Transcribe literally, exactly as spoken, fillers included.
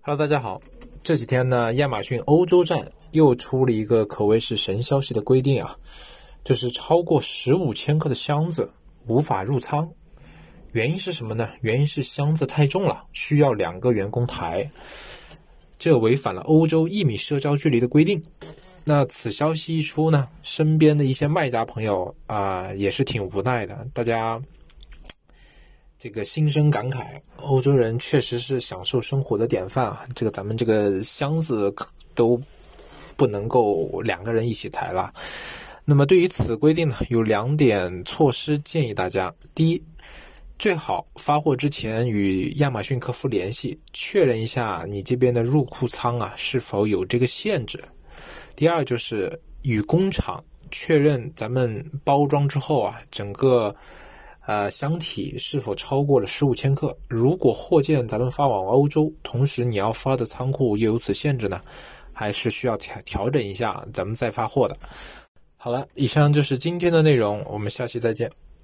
Hello， 大家好。这几天呢，亚马逊欧洲站又出了一个可谓是神消息的规定啊，就是超过十五千克的箱子无法入仓。原因是什么呢？原因是箱子太重了，需要两个员工抬，这违反了欧洲一米社交距离的规定。那此消息一出呢，身边的一些卖家朋友啊、呃、也是挺无奈的，大家这个心生感慨，欧洲人确实是享受生活的典范啊！这个咱们这个箱子都不能够两个人一起抬了。那么对于此规定呢，有两点措施建议大家：第一，最好发货之前与亚马逊客服联系，确认一下你这边的入库仓啊是否有这个限制；第二，就是与工厂确认咱们包装之后啊，整个呃，箱体是否超过了十五千克？如果货件咱们发往欧洲，同时你要发的仓库又有此限制呢，还是需要调调整一下，咱们再发货的。好了，以上就是今天的内容，我们下期再见。